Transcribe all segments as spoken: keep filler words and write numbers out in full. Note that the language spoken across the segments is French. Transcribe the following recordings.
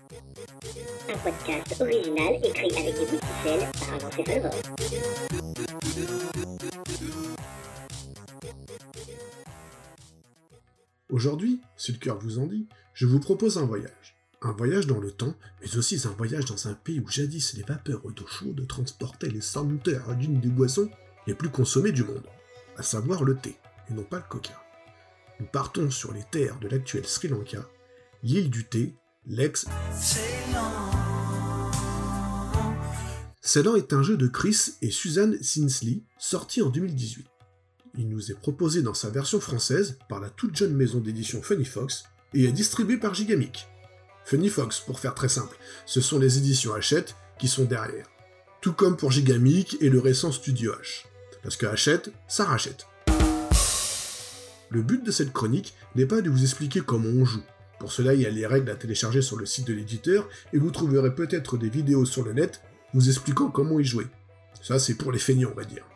Un podcast original écrit avec des bouts de ficelle par un encéphalomorphe. Aujourd'hui, si le cœur vous en dit, je vous propose un voyage. Un voyage dans le temps, mais aussi un voyage dans un pays où jadis les vapeurs d'eau chaude transportaient les senteurs d'une des boissons les plus consommées du monde, à savoir le thé, et non pas le coca. Nous partons sur les terres de l'actuel Sri Lanka, l'île du thé, l'ex... Ceylan est un jeu de Chris et Suzanne Sinsley, sorti en deux mille dix-huit. Il nous est proposé dans sa version française par la toute jeune maison d'édition Funny Fox et est distribué par Gigamic. Funny Fox, pour faire très simple, ce sont les éditions Hachette qui sont derrière. Tout comme pour Gigamic et le récent Studio H. Parce que Hachette, ça rachète. Le but de cette chronique n'est pas de vous expliquer comment on joue. Pour cela, il y a les règles à télécharger sur le site de l'éditeur et vous trouverez peut-être des vidéos sur le net vous expliquant comment y jouer. Ça, c'est pour les feignants, on va dire.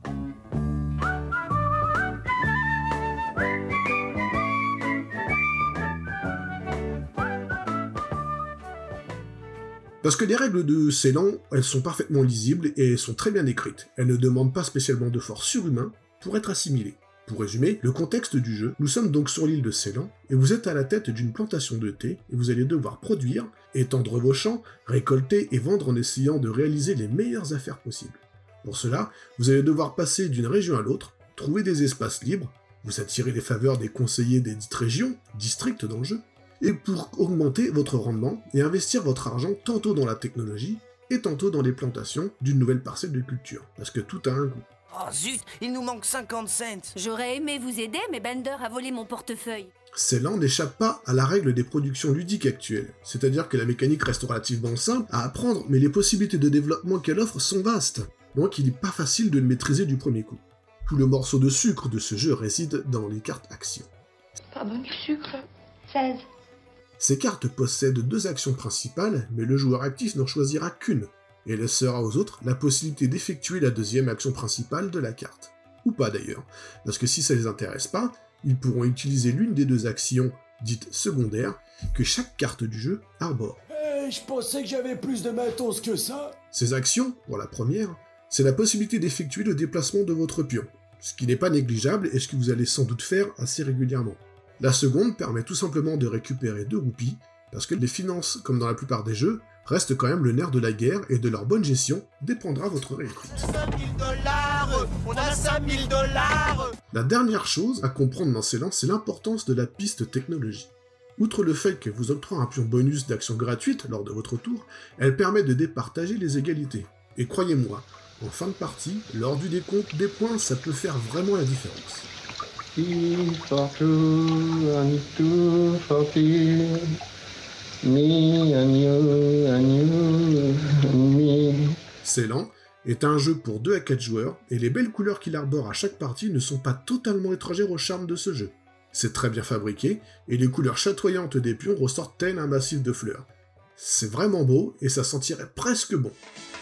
Parce que les règles de Ceylan, elles sont parfaitement lisibles et elles sont très bien écrites. Elles ne demandent pas spécialement de force surhumaine pour être assimilées. Pour résumer, le contexte du jeu, nous sommes donc sur l'île de Ceylan, et vous êtes à la tête d'une plantation de thé, et vous allez devoir produire, étendre vos champs, récolter et vendre en essayant de réaliser les meilleures affaires possibles. Pour cela, vous allez devoir passer d'une région à l'autre, trouver des espaces libres, vous attirer les faveurs des conseillers des dites régions, districts dans le jeu, et pour augmenter votre rendement et investir votre argent tantôt dans la technologie, et tantôt dans les plantations d'une nouvelle parcelle de culture, parce que tout a un goût. Oh zut, il nous manque cinquante cents. J'aurais aimé vous aider, mais Bender a volé mon portefeuille. Ceylan n'échappe pas à la règle des productions ludiques actuelles, c'est-à-dire que la mécanique reste relativement simple à apprendre, mais les possibilités de développement qu'elle offre sont vastes, donc il n'est pas facile de le maîtriser du premier coup. Tout le morceau de sucre de ce jeu réside dans les cartes actions. Pas bon du sucre. seize. Ces cartes possèdent deux actions principales, mais le joueur actif n'en choisira qu'une, et laissera aux autres la possibilité d'effectuer la deuxième action principale de la carte. Ou pas d'ailleurs, parce que si ça les intéresse pas, ils pourront utiliser l'une des deux actions, dites secondaires, que chaque carte du jeu arbore. Hey, je pensais que j'avais plus de matos que ça. Ces actions, pour la première, c'est la possibilité d'effectuer le déplacement de votre pion, ce qui n'est pas négligeable et ce que vous allez sans doute faire assez régulièrement. La seconde permet tout simplement de récupérer deux roupies, parce que les finances, comme dans la plupart des jeux, restent quand même le nerf de la guerre et de leur bonne gestion dépendra votre réussite. cinq mille dollars, on a cinq mille dollars. La dernière chose à comprendre dans Ceylan, c'est l'importance de la piste technologie. Outre le fait qu'elle vous octroie un pion bonus d'action gratuite lors de votre tour, elle permet de départager les égalités. Et croyez-moi, en fin de partie, lors du décompte des points, ça peut faire vraiment la différence. Ceylan est un jeu pour deux à quatre joueurs, et les belles couleurs qu'il arbore à chaque partie ne sont pas totalement étrangères au charme de ce jeu. C'est très bien fabriqué, et les couleurs chatoyantes des pions ressortent tel un massif de fleurs. C'est vraiment beau, et ça sentirait presque bon.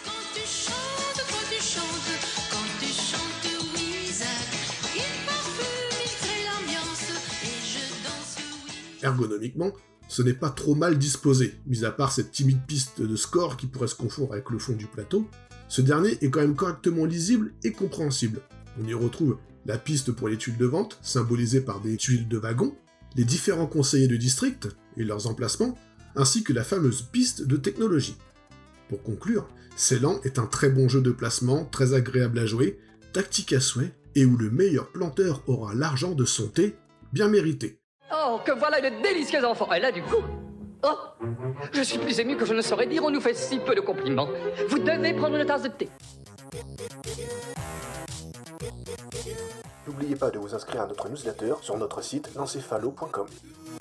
Ergonomiquement, ce n'est pas trop mal disposé, mis à part cette timide piste de score qui pourrait se confondre avec le fond du plateau. Ce dernier est quand même correctement lisible et compréhensible. On y retrouve la piste pour les tuiles de vente, symbolisées par des tuiles de wagon, les différents conseillers de district et leurs emplacements, ainsi que la fameuse piste de technologie. Pour conclure, Ceylan est un très bon jeu de placement, très agréable à jouer, tactique à souhait, et où le meilleur planteur aura l'argent de son thé bien mérité. Oh, que voilà une délicieuse enfant. Elle a du goût. Oh, je suis plus ému que je ne saurais dire. On nous fait si peu de compliments. Vous devez prendre une tasse de thé. N'oubliez pas de vous inscrire à notre newsletter sur notre site l'encéphalo point com.